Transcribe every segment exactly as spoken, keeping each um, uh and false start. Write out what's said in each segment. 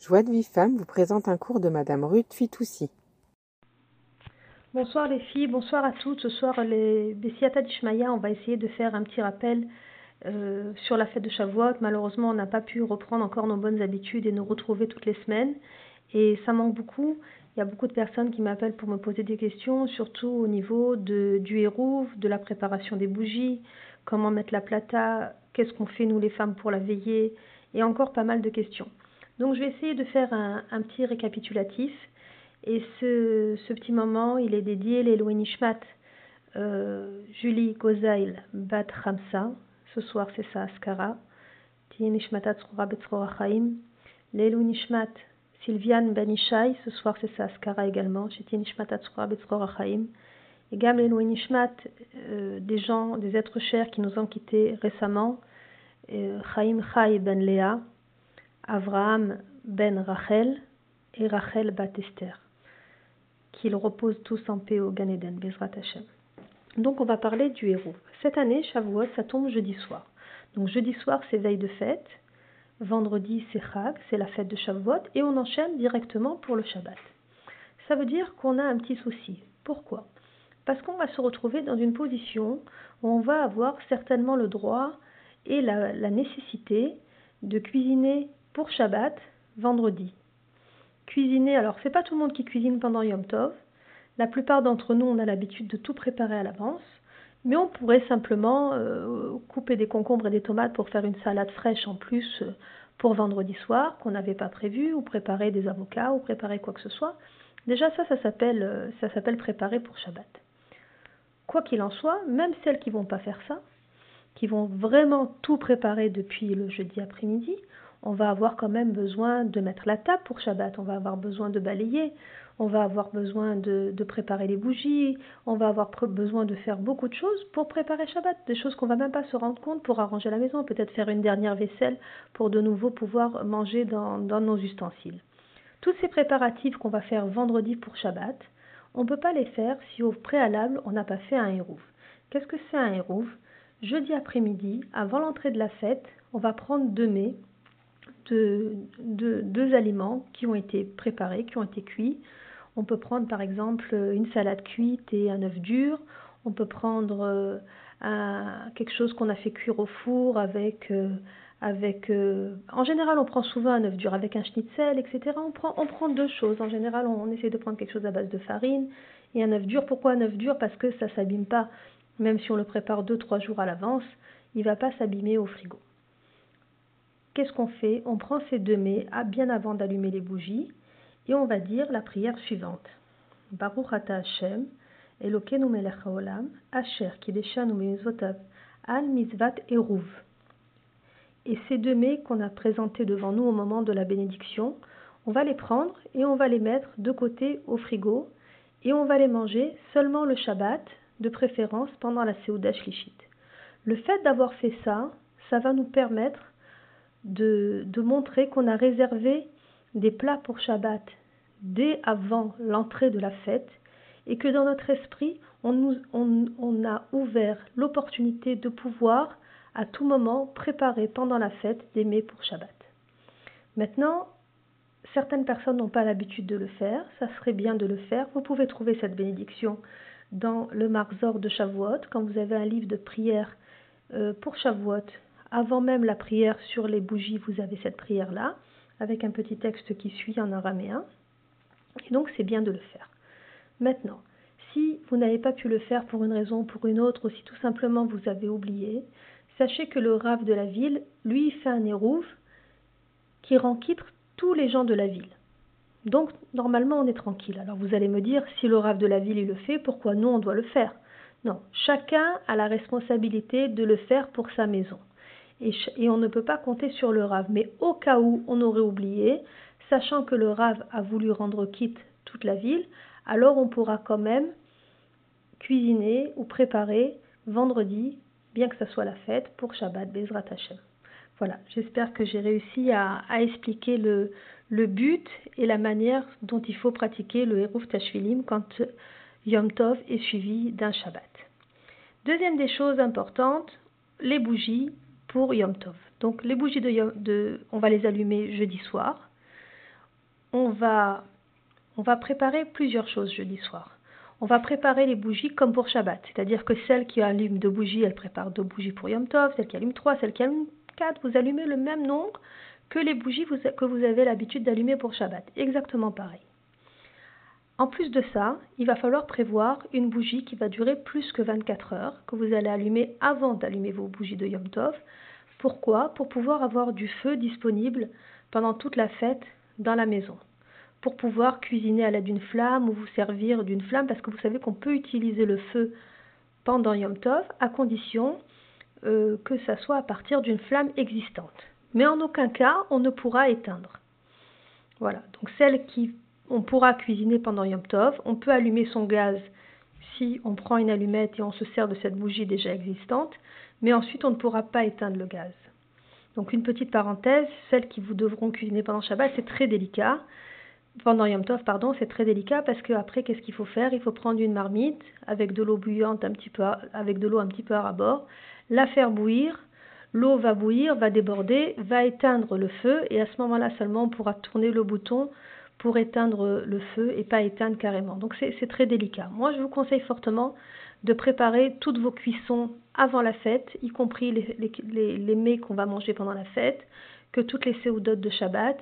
Joie de Vie Femme vous présente un cours de Madame Ruth Fitoussi. Bonsoir les filles, bonsoir à toutes. Ce soir, les Bessiata d'Ishmaïa, on va essayer de faire un petit rappel euh, sur la fête de Shavuot. Malheureusement, on n'a pas pu reprendre encore nos bonnes habitudes et nous retrouver toutes les semaines. Et ça manque beaucoup. Il y a beaucoup de personnes qui m'appellent pour me poser des questions, surtout au niveau de, du hérouv, de la préparation des bougies, comment mettre la plata, qu'est-ce qu'on fait nous les femmes pour la veillée, et encore pas mal de questions. Donc je vais essayer de faire un, un petit récapitulatif. Et ce, ce petit moment, il est dédié les Louis Nishmat, euh, Julie Gozaïl Bat Ramsa. Ce soir, c'est sa Askara. Ti Nishmatat Tzroa Betzroa Chaim. Les Louis Nishmat, Sylviane Ben Ishaï. Ce soir, c'est sa Askara également. Ti Nishmatat Tzroa Betzroa Chaim. Et Gam les Louis Nishmat, euh, des gens, des êtres chers qui nous ont quittés récemment. Euh, Chaim Chai Ben Léa, Avraham Ben Rachel et Rachel Bat Esther. Qu'ils reposent tous en paix au Gan Eden, Bezrat Hashem. Donc on va parler du héros. Cette année, Shavuot, ça tombe jeudi soir. Donc jeudi soir, c'est veille de fête. Vendredi, c'est Chag, c'est la fête de Shavuot. Et on enchaîne directement pour le Shabbat. Ça veut dire qu'on a un petit souci. Pourquoi ? Parce qu'on va se retrouver dans une position où on va avoir certainement le droit et la, la nécessité de cuisiner pour Shabbat vendredi. Cuisiner, alors c'est pas tout le monde qui cuisine pendant Yom Tov. La plupart d'entre nous, on a l'habitude de tout préparer à l'avance. Mais on pourrait simplement euh, couper des concombres et des tomates pour faire une salade fraîche en plus euh, pour vendredi soir, qu'on n'avait pas prévu, ou préparer des avocats, ou préparer quoi que ce soit. Déjà ça, ça s'appelle, euh, ça s'appelle préparer pour Shabbat. Quoi qu'il en soit, même celles qui ne vont pas faire ça, qui vont vraiment tout préparer depuis le jeudi après-midi, on va avoir quand même besoin de mettre la table pour Shabbat, on va avoir besoin de balayer, on va avoir besoin de, de préparer les bougies, on va avoir besoin de faire beaucoup de choses pour préparer Shabbat, des choses qu'on ne va même pas se rendre compte pour arranger la maison, peut-être faire une dernière vaisselle pour de nouveau pouvoir manger dans, dans nos ustensiles. Tous ces préparatifs qu'on va faire vendredi pour Shabbat, on ne peut pas les faire si au préalable on n'a pas fait un hérouv. Qu'est-ce que c'est un hérouv ? Jeudi après-midi, avant l'entrée de la fête, on va prendre deux mets, de, de, deux aliments qui ont été préparés, qui ont été cuits. On peut prendre par exemple une salade cuite et un œuf dur. On peut prendre euh, un, quelque chose qu'on a fait cuire au four avec... Euh, avec euh, en général, on prend souvent un œuf dur avec un schnitzel, et cetera. On prend, on prend deux choses. En général, on, on essaie de prendre quelque chose à base de farine et un œuf dur. Pourquoi un œuf dur ? Parce que ça ne s'abîme pas. Même si on le prépare deux trois jours à l'avance, il ne va pas s'abîmer au frigo. Qu'est-ce qu'on fait ? On prend ces deux mets bien avant d'allumer les bougies et on va dire la prière suivante. Baruch ata Hashem, Elokeinu melech haolam, asher kideshanu b'mitzvotav, al mitzvat eruv. Et ces deux mets qu'on a présentés devant nous au moment de la bénédiction, on va les prendre et on va les mettre de côté au frigo et on va les manger seulement le Shabbat, de préférence pendant la Seuda Shlishit. Le fait d'avoir fait ça, ça va nous permettre de, de montrer qu'on a réservé des plats pour Shabbat dès avant l'entrée de la fête et que dans notre esprit, on, nous, on, on a ouvert l'opportunité de pouvoir à tout moment préparer pendant la fête des mets pour Shabbat. Maintenant, certaines personnes n'ont pas l'habitude de le faire, ça serait bien de le faire. Vous pouvez trouver cette bénédiction dans le Marzor de Shavuot, quand vous avez un livre de prière euh, pour Shavuot, avant même la prière sur les bougies, vous avez cette prière-là, avec un petit texte qui suit en araméen, et donc c'est bien de le faire. Maintenant, si vous n'avez pas pu le faire pour une raison ou pour une autre, ou si tout simplement vous avez oublié, sachez que le Rav de la ville, lui, fait un hérouv qui rend quitte tous les gens de la ville. Donc, normalement, on est tranquille. Alors, vous allez me dire, si le Rav de la ville il le fait, pourquoi nous, on doit le faire ? Non, chacun a la responsabilité de le faire pour sa maison. Et, et on ne peut pas compter sur le Rav. Mais au cas où on aurait oublié, sachant que le Rav a voulu rendre quitte toute la ville, alors on pourra quand même cuisiner ou préparer vendredi, bien que ça soit la fête, pour Shabbat, Bezrat Hashem. Voilà, j'espère que j'ai réussi à, à expliquer le, le but et la manière dont il faut pratiquer le Hérouv Tashvilim quand Yom Tov est suivi d'un Shabbat. Deuxième des choses importantes, les bougies pour Yom Tov. Donc les bougies de, de on va les allumer jeudi soir. on va, on va préparer plusieurs choses jeudi soir. On va préparer les bougies comme pour Shabbat, c'est-à-dire que celle qui allume deux bougies, elle prépare deux bougies pour Yom Tov, celle qui allume trois, celle qui allume quatre, vous allumez le même nombre que les bougies vous, que vous avez l'habitude d'allumer pour Shabbat, exactement pareil. En plus de ça, il va falloir prévoir une bougie qui va durer plus que vingt-quatre heures, que vous allez allumer avant d'allumer vos bougies de Yom Tov. Pourquoi? Pour pouvoir avoir du feu disponible pendant toute la fête dans la maison. Pour pouvoir cuisiner à l'aide d'une flamme ou vous servir d'une flamme, parce que vous savez qu'on peut utiliser le feu pendant Yom Tov, à condition euh, que ça soit à partir d'une flamme existante. Mais en aucun cas, on ne pourra éteindre. Voilà, donc celle qui on pourra cuisiner pendant Yom Tov, on peut allumer son gaz si on prend une allumette et on se sert de cette bougie déjà existante, mais ensuite on ne pourra pas éteindre le gaz. Donc une petite parenthèse, celles qui vous devront cuisiner pendant Shabbat, c'est très délicat. Pendant Yom Tov, pardon, c'est très délicat parce qu'après, qu'est-ce qu'il faut faire? Il faut prendre une marmite avec de l'eau bouillante un petit peu, avec de l'eau un petit peu à ras-bord, la faire bouillir, l'eau va bouillir, va déborder, va éteindre le feu et à ce moment-là seulement on pourra tourner le bouton pour éteindre le feu et pas éteindre carrément. Donc c'est, c'est très délicat. Moi je vous conseille fortement de préparer toutes vos cuissons avant la fête, y compris les, les, les, les mets qu'on va manger pendant la fête, que toutes les séoudotes de Shabbat.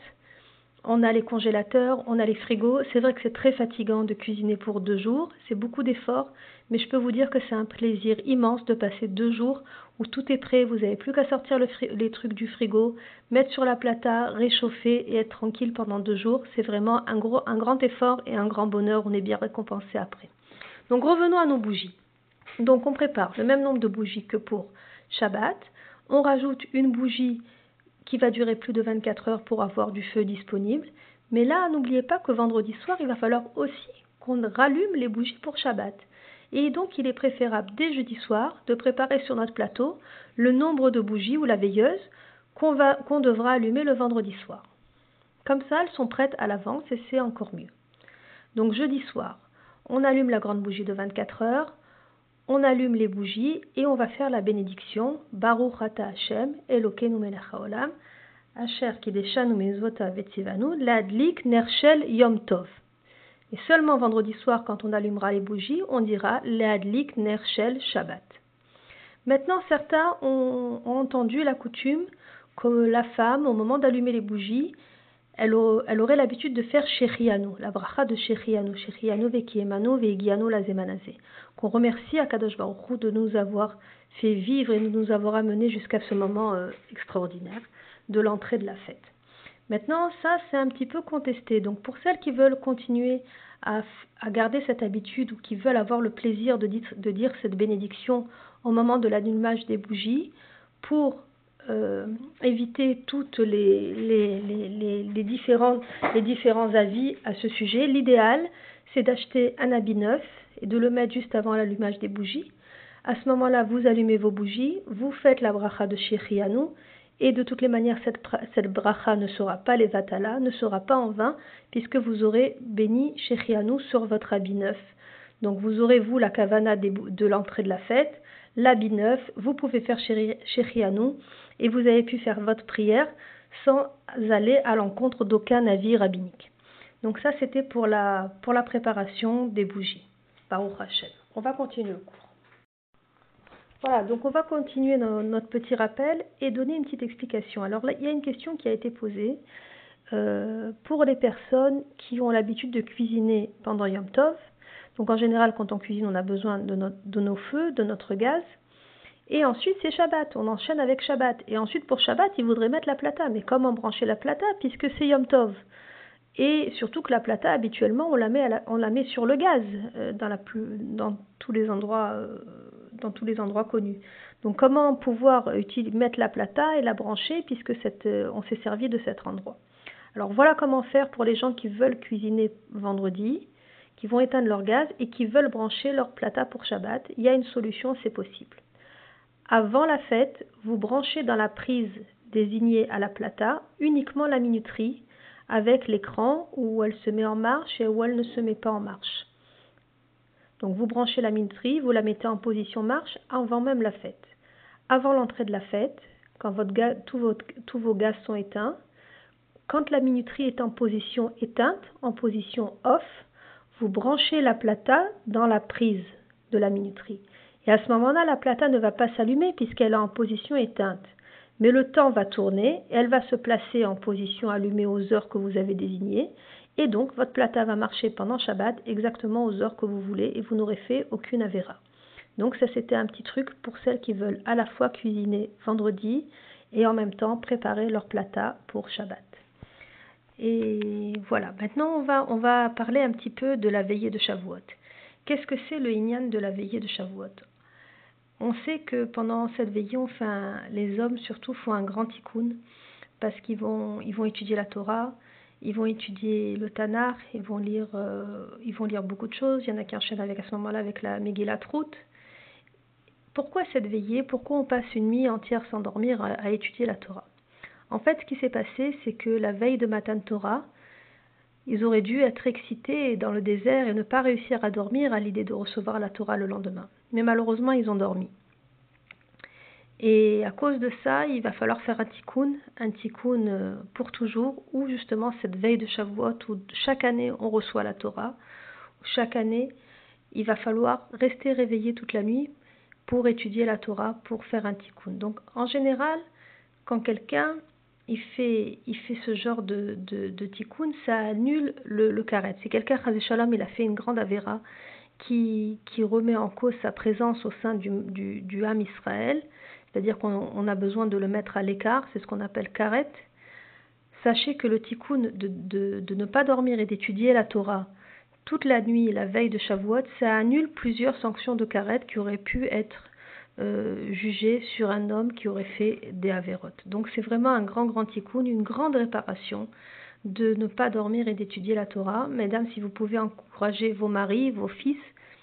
On a les congélateurs, on a les frigos. C'est vrai que c'est très fatigant de cuisiner pour deux jours, c'est beaucoup d'efforts, mais je peux vous dire que c'est un plaisir immense de passer deux jours où tout est prêt, vous n'avez plus qu'à sortir le fri- les trucs du frigo, mettre sur la plata, réchauffer et être tranquille pendant deux jours. C'est vraiment un, gros, un grand effort et un grand bonheur, on est bien récompensé après. Donc revenons à nos bougies. Donc on prépare le même nombre de bougies que pour Shabbat, on rajoute une bougie qui va durer plus de vingt-quatre heures pour avoir du feu disponible. Mais là, n'oubliez pas que vendredi soir, il va falloir aussi qu'on rallume les bougies pour Shabbat. Et donc, il est préférable dès jeudi soir de préparer sur notre plateau le nombre de bougies ou la veilleuse qu'on va, qu'on devra allumer le vendredi soir. Comme ça, elles sont prêtes à l'avance et c'est encore mieux. Donc, jeudi soir, on allume la grande bougie de vingt-quatre heures, on allume les bougies et on va faire la bénédiction Baruch ata Hashem Elokeinu melech haolam Asher kideshanu mizvotav vetzivanu ladlik nershel Yom Tov. Et seulement vendredi soir, quand on allumera les bougies, on dira ladlik nershel Shabbat. Maintenant, certains ont, ont entendu la coutume que la femme, au moment d'allumer les bougies, elle, elle aurait l'habitude de faire Shechianu, la bracha de Shechianu, Shechianu vekiemanu veigianu lazemanazé, qu'on remercie à Kadosh Baruch Hu de nous avoir fait vivre et de nous avoir amenés jusqu'à ce moment euh, extraordinaire de l'entrée de la fête. Maintenant, ça c'est un petit peu contesté, donc pour celles qui veulent continuer à, à garder cette habitude ou qui veulent avoir le plaisir de dire, de dire cette bénédiction au moment de l'allumage des bougies, pour Euh, éviter toutes les, les, les, les, les, différents, les différents avis à ce sujet. L'idéal, c'est d'acheter un habit neuf et de le mettre juste avant l'allumage des bougies. À ce moment-là, vous allumez vos bougies, vous faites la bracha de Shechianu, et de toutes les manières, cette, cette bracha ne sera pas les vatala, ne sera pas en vain, puisque vous aurez béni Shechianu sur votre habit neuf. Donc vous aurez, vous, la kavana de l'entrée de la fête, l'habit neuf, vous pouvez faire Shechianu, et vous avez pu faire votre prière sans aller à l'encontre d'aucun avis rabbinique. Donc ça, c'était pour la, pour la préparation des bougies. Baruch Hashem. On va continuer le cours. Voilà, donc on va continuer dans notre petit rappel et donner une petite explication. Alors là, il y a une question qui a été posée euh, pour les personnes qui ont l'habitude de cuisiner pendant Yom Tov. Donc en général, quand on cuisine, on a besoin de, notre, de nos feux, de notre gaz. Et ensuite, c'est Shabbat. On enchaîne avec Shabbat. Et ensuite, pour Shabbat, ils voudraient mettre la plata. Mais comment brancher la plata puisque c'est Yom Tov? Et surtout que la plata, habituellement, on la met, à la, on la met sur le gaz euh, dans, la plus, dans, tous les endroits, euh, dans tous les endroits connus. Donc, comment pouvoir utiliser, mettre la plata et la brancher puisque cette, euh, on s'est servi de cet endroit? Alors, voilà comment faire pour les gens qui veulent cuisiner vendredi, qui vont éteindre leur gaz et qui veulent brancher leur plata pour Shabbat. Il y a une solution, c'est possible. Avant la fête, vous branchez dans la prise désignée à la plata uniquement la minuterie avec l'écran où elle se met en marche et où elle ne se met pas en marche. Donc vous branchez la minuterie, vous la mettez en position marche avant même la fête. Avant l'entrée de la fête, quand votre gaz, tous, vos, tous vos gaz sont éteints, quand la minuterie est en position éteinte, en position off, vous branchez la plata dans la prise de la minuterie. Et à ce moment-là, la plata ne va pas s'allumer puisqu'elle est en position éteinte. Mais le temps va tourner, elle va se placer en position allumée aux heures que vous avez désignées. Et donc, votre plata va marcher pendant Shabbat exactement aux heures que vous voulez et vous n'aurez fait aucune avéra. Donc ça, c'était un petit truc pour celles qui veulent à la fois cuisiner vendredi et en même temps préparer leur plata pour Shabbat. Et voilà, maintenant on va, on va parler un petit peu de la veillée de Shavuot. Qu'est-ce que c'est le inyan de la veillée de Shavuot? On sait que pendant cette veillée, enfin, les hommes surtout font un grand tikkun parce qu'ils vont, ils vont étudier la Torah, ils vont étudier le Tanakh, ils vont lire, euh, ils vont lire beaucoup de choses. Il y en a qui enchaînent avec, à ce moment-là avec la Megillat Ruth. Pourquoi cette veillée? Pourquoi on passe une nuit entière sans dormir à, à étudier la Torah? En fait, ce qui s'est passé, c'est que la veille de Matan Torah, ils auraient dû être excités dans le désert et ne pas réussir à dormir à l'idée de recevoir la Torah le lendemain. Mais malheureusement, ils ont dormi. Et à cause de ça, il va falloir faire un tikkun, un tikkun pour toujours, où justement cette veille de Shavuot, où chaque année on reçoit la Torah, où chaque année il va falloir rester réveillé toute la nuit pour étudier la Torah, pour faire un tikkun. Donc en général, quand quelqu'un il fait, il fait ce genre de, de, de tikkun, ça annule le, le karet. C'est quelqu'un, Chas v'Shalom, il a fait une grande avéra qui, qui remet en cause sa présence au sein du, du, du Ham Israël, c'est-à-dire qu'on on a besoin de le mettre à l'écart, c'est ce qu'on appelle karet. Sachez que le tikkun de, de, de ne pas dormir et d'étudier la Torah toute la nuit, la veille de Shavuot, ça annule plusieurs sanctions de karet qui auraient pu être euh, jugées sur un homme qui aurait fait des avérotes. Donc c'est vraiment un grand, grand tikkun, une grande réparation de ne pas dormir et d'étudier la Torah. Mesdames, si vous pouvez encourager vos maris, vos fils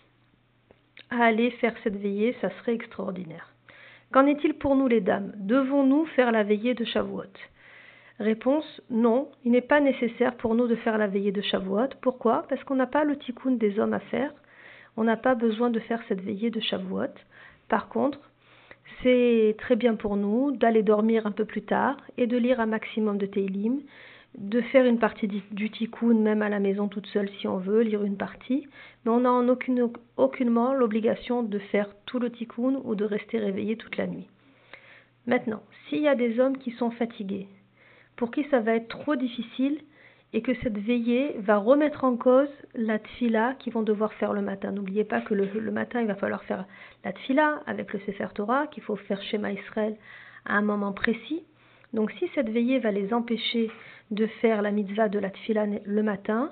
à aller faire cette veillée, ça serait extraordinaire. Qu'en est-il pour nous les dames? Devons-nous faire la veillée de Shavuot? Réponse, non, il n'est pas nécessaire pour nous de faire la veillée de Shavuot. Pourquoi? Parce qu'on n'a pas le tikkun des hommes à faire. On n'a pas besoin de faire cette veillée de Shavuot. Par contre, c'est très bien pour nous d'aller dormir un peu plus tard et de lire un maximum de Teilim, de faire une partie du tikkun même à la maison toute seule si on veut, lire une partie. Mais on n'a en aucune, aucunement l'obligation de faire tout le tikkun ou de rester réveillé toute la nuit. Maintenant, s'il y a des hommes qui sont fatigués, pour qui ça va être trop difficile et que cette veillée va remettre en cause la tfila qu'ils vont devoir faire le matin. N'oubliez pas que le, le matin, il va falloir faire la tfila avec le Sefer Torah, qu'il faut faire Shema Israël à un moment précis. Donc si cette veillée va les empêcher de faire la mitzvah de la tfila le matin,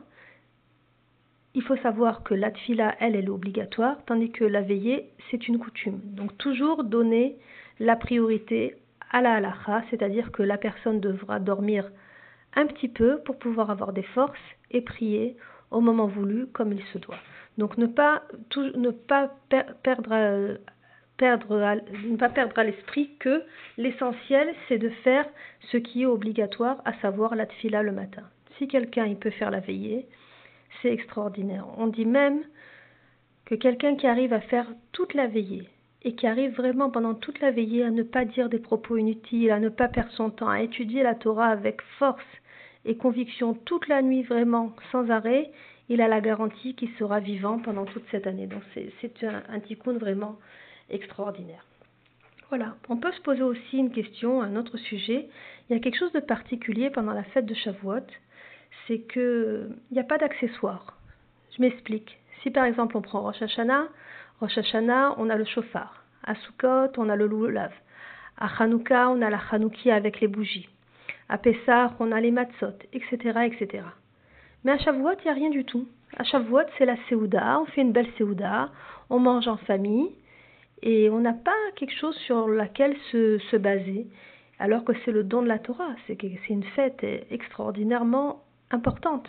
il faut savoir que la tfila, elle, elle est obligatoire, tandis que la veillée, c'est une coutume. Donc toujours donner la priorité à la halacha, c'est-à-dire que la personne devra dormir un petit peu pour pouvoir avoir des forces et prier au moment voulu comme il se doit. Donc ne pas, tout, ne pas per, perdre, perdre, ne pas perdre à l'esprit que l'essentiel c'est de faire ce qui est obligatoire, à savoir la tfila le matin. Si quelqu'un il peut faire la veillée, c'est extraordinaire. On dit même que quelqu'un qui arrive à faire toute la veillée et qui arrive vraiment pendant toute la veillée à ne pas dire des propos inutiles, à ne pas perdre son temps, à étudier la Torah avec force et conviction toute la nuit vraiment sans arrêt, il a la garantie qu'il sera vivant pendant toute cette année. Donc c'est, c'est un, un tikkun vraiment extraordinaire. Voilà, on peut se poser aussi une question, un autre sujet. Il y a quelque chose de particulier pendant la fête de Shavuot, c'est qu'il n'y a pas d'accessoires. Je m'explique. Si par exemple on prend Rosh Hashanah, Rosh Hashanah, on a le shofar. À Sukkot, on a le lulav. À Hanouka, on a la Hanoukia avec les bougies. À Pessah, on a les matzot, et cetera, et cetera. Mais à Shavuot, il n'y a rien du tout. À Shavuot, c'est la Seouda, on fait une belle Seouda, on mange en famille, et on n'a pas quelque chose sur laquelle se, se baser, alors que c'est le don de la Torah. C'est, c'est une fête extraordinairement importante.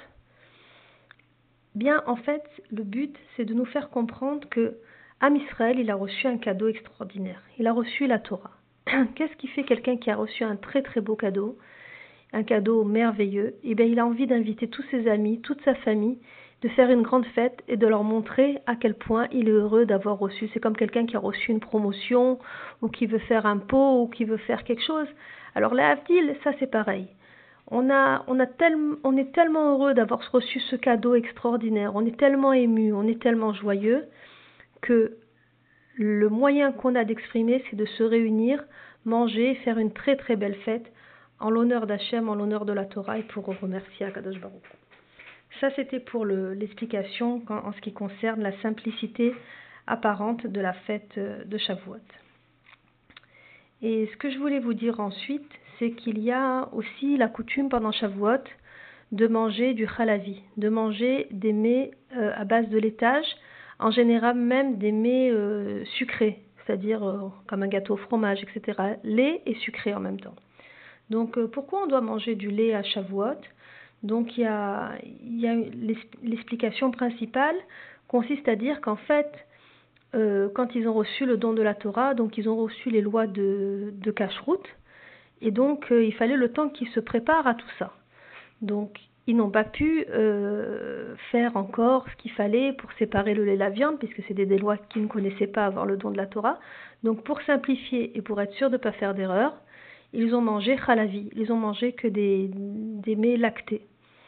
Bien, en fait, le but, c'est de nous faire comprendre que Am Israël, il a reçu un cadeau extraordinaire. Il a reçu la Torah. Qu'est-ce qui fait quelqu'un qui a reçu un très très beau cadeau, un cadeau merveilleux? Eh bien, il a envie d'inviter tous ses amis, toute sa famille, de faire une grande fête et de leur montrer à quel point il est heureux d'avoir reçu. C'est comme quelqu'un qui a reçu une promotion, ou qui veut faire un pot, ou qui veut faire quelque chose. Alors, la Havdil, ça c'est pareil. On, a, on, a tellement, on est tellement heureux d'avoir reçu ce cadeau extraordinaire, on est tellement ému, on est tellement joyeux que le moyen qu'on a d'exprimer, c'est de se réunir, manger, faire une très très belle fête en l'honneur d'Hachem, en l'honneur de la Torah et pour remercier Akadosh Baruch Hu. Ça, c'était pour le, l'explication en, en ce qui concerne la simplicité apparente de la fête de Shavuot. Et ce que je voulais vous dire ensuite, c'est qu'il y a aussi la coutume pendant Shavuot de manger du chalavi, de manger des mets euh, à base de laitage, en général même des mets euh, sucrés, c'est-à-dire euh, comme un gâteau au fromage, et cetera. Lait et sucré en même temps. Donc euh, pourquoi on doit manger du lait à Shavuot? Donc il y a, il y a l'explication principale consiste à dire qu'en fait, euh, quand ils ont reçu le don de la Torah, donc ils ont reçu les lois de, de Kashrut, et donc euh, il fallait le temps qu'ils se préparent à tout ça. Donc ils n'ont pas pu euh, faire encore ce qu'il fallait pour séparer le lait et la viande, puisque c'est des, des lois qu'ils ne connaissaient pas avant le don de la Torah. Donc pour simplifier et pour être sûr de ne pas faire d'erreur, ils ont mangé chalavi, ils ont mangé que des, des mets lactés.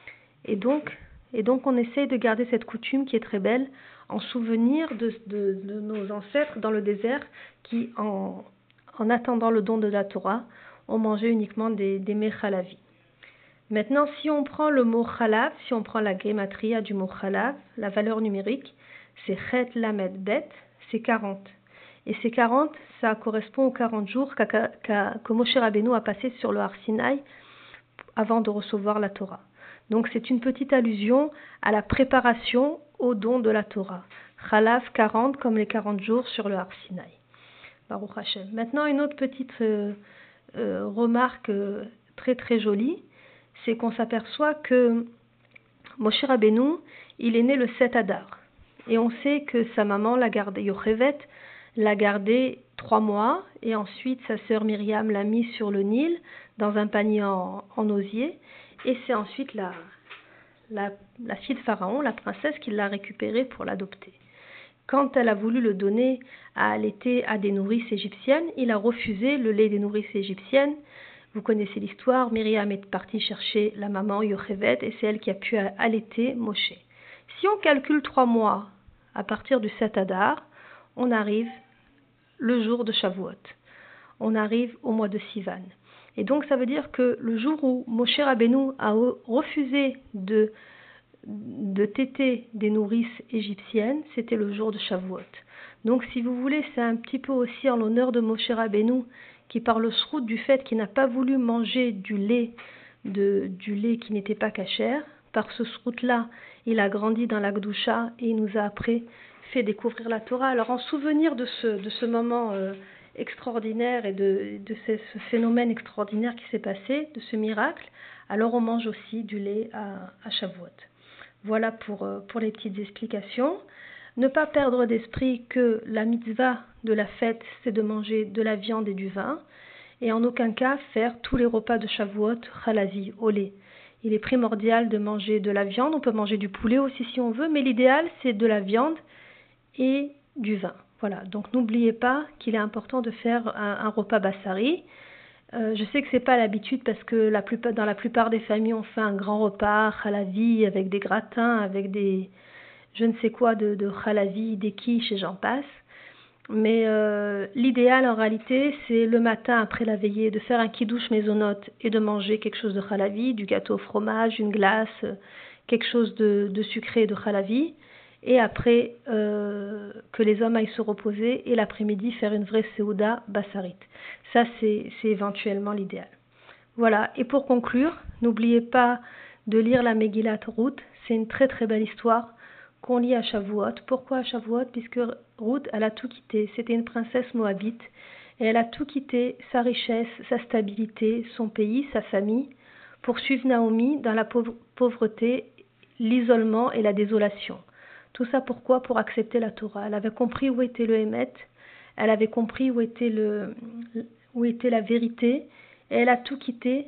Et donc, et donc on essaye de garder cette coutume qui est très belle, en souvenir de, de, de nos ancêtres dans le désert qui, en, en attendant le don de la Torah, ont mangé uniquement des, des mets chalavi. Maintenant, si on prend le mot chalav, si on prend la gématria du mot chalav, la valeur numérique, c'est chet lamed bet, c'est quarante. Et ces quarante, ça correspond aux quarante jours qu'a, qu'a, que Moshe Rabbeinu a passé sur le Har Sinaï avant de recevoir la Torah. Donc c'est une petite allusion à la préparation au don de la Torah. Chalav quarante comme les quarante jours sur le Har Sinaï. Baruch Hashem. Maintenant, une autre petite euh, euh, remarque euh, très très jolie, c'est qu'on s'aperçoit que Moshe Rabbeinu, il est né le sept Adar. Et on sait que sa maman l'a gardé, Yochevet, l'a gardé trois mois, et ensuite sa sœur Myriam l'a mis sur le Nil, dans un panier en, en osier, et c'est ensuite la, la, la fille de Pharaon, la princesse, qui l'a récupéré pour l'adopter. Quand elle a voulu le donner à allaiter à des nourrices égyptiennes, il a refusé le lait des nourrices égyptiennes. Vous connaissez l'histoire, Myriam est partie chercher la maman Yochevet et c'est elle qui a pu allaiter Moshe. Si on calcule trois mois à partir du sept Adar, on arrive le jour de Shavuot. On arrive au mois de Sivan. Et donc ça veut dire que le jour où Moshe Rabbeinu a refusé de, de téter des nourrices égyptiennes, c'était le jour de Shavuot. Donc si vous voulez, c'est un petit peu aussi en l'honneur de Moshe Rabbeinu qui par le srout du fait qu'il n'a pas voulu manger du lait, de, du lait qui n'était pas cachère. Par ce srout-là, il a grandi dans la Gdusha et il nous a après fait découvrir la Torah. Alors en souvenir de ce, de ce moment euh, extraordinaire et de, de ce, ce phénomène extraordinaire qui s'est passé, de ce miracle, alors on mange aussi du lait à, à Shavuot. Voilà pour, pour les petites explications. Ne pas perdre d'esprit que la mitzvah de la fête, c'est de manger de la viande et du vin, et en aucun cas faire tous les repas de Shavuot chalavi, au lait. Il est primordial de manger de la viande, on peut manger du poulet aussi si on veut, mais l'idéal c'est de la viande et du vin. Voilà, donc n'oubliez pas qu'il est important de faire un, un repas bassari. Euh, je sais que c'est pas l'habitude parce que la plupart, dans la plupart des familles on fait un grand repas chalavi avec des gratins, avec des je ne sais quoi de, de chalavi, des quiches et j'en passe. Mais euh, l'idéal en réalité, c'est le matin après la veillée de faire un kiddush mésonote et de manger quelque chose de chalavi, du gâteau au fromage, une glace, quelque chose de, de sucré de chalavi. Et après euh, que les hommes aillent se reposer et l'après-midi faire une vraie seuda bassarit. Ça, c'est, c'est éventuellement l'idéal. Voilà, et pour conclure, n'oubliez pas de lire la Megillat Ruth, c'est une très très belle histoire qu'on lit à Shavuot. Pourquoi à Shavuot? Puisque Ruth, elle a tout quitté. C'était une princesse moabite et elle a tout quitté, sa richesse, sa stabilité, son pays, sa famille, pour suivre Naomi dans la pauvreté, l'isolement et la désolation. Tout ça pourquoi? Pour accepter la Torah. Elle avait compris où était le Hémet, elle avait compris où était, le, où était la vérité et elle a tout quitté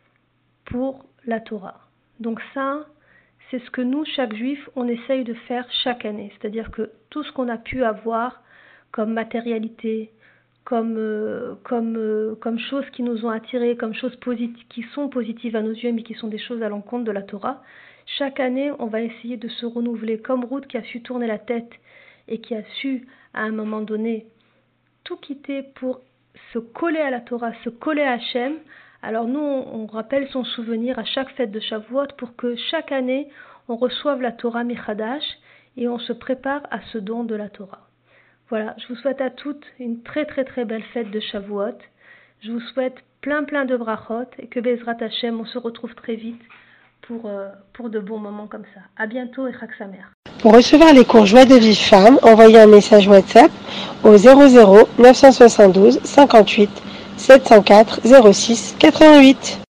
pour la Torah. Donc ça, c'est ce que nous, chaque juif, on essaye de faire chaque année. C'est-à-dire que tout ce qu'on a pu avoir comme matérialité, comme, euh, comme, euh, comme choses qui nous ont attirés, comme choses positives, qui sont positives à nos yeux, mais qui sont des choses à l'encontre de la Torah. Chaque année, on va essayer de se renouveler, comme Ruth qui a su tourner la tête et qui a su, à un moment donné, tout quitter pour se coller à la Torah, se coller à Hachem. Alors nous, on, on rappelle son souvenir à chaque fête de Shavuot pour que chaque année, on reçoive la Torah Michadash et on se prépare à ce don de la Torah. Voilà, je vous souhaite à toutes une très très très belle fête de Shavuot. Je vous souhaite plein plein de brachot et que Bezrat Hashem, on se retrouve très vite pour, euh, pour de bons moments comme ça. À bientôt et Chag Sameach. Pour recevoir les cours Joie de Vive Femme, envoyez un message WhatsApp au zéro zéro neuf cent soixante-douze cinquante-huit sept cent quatre zéro six quatre-vingt-huit.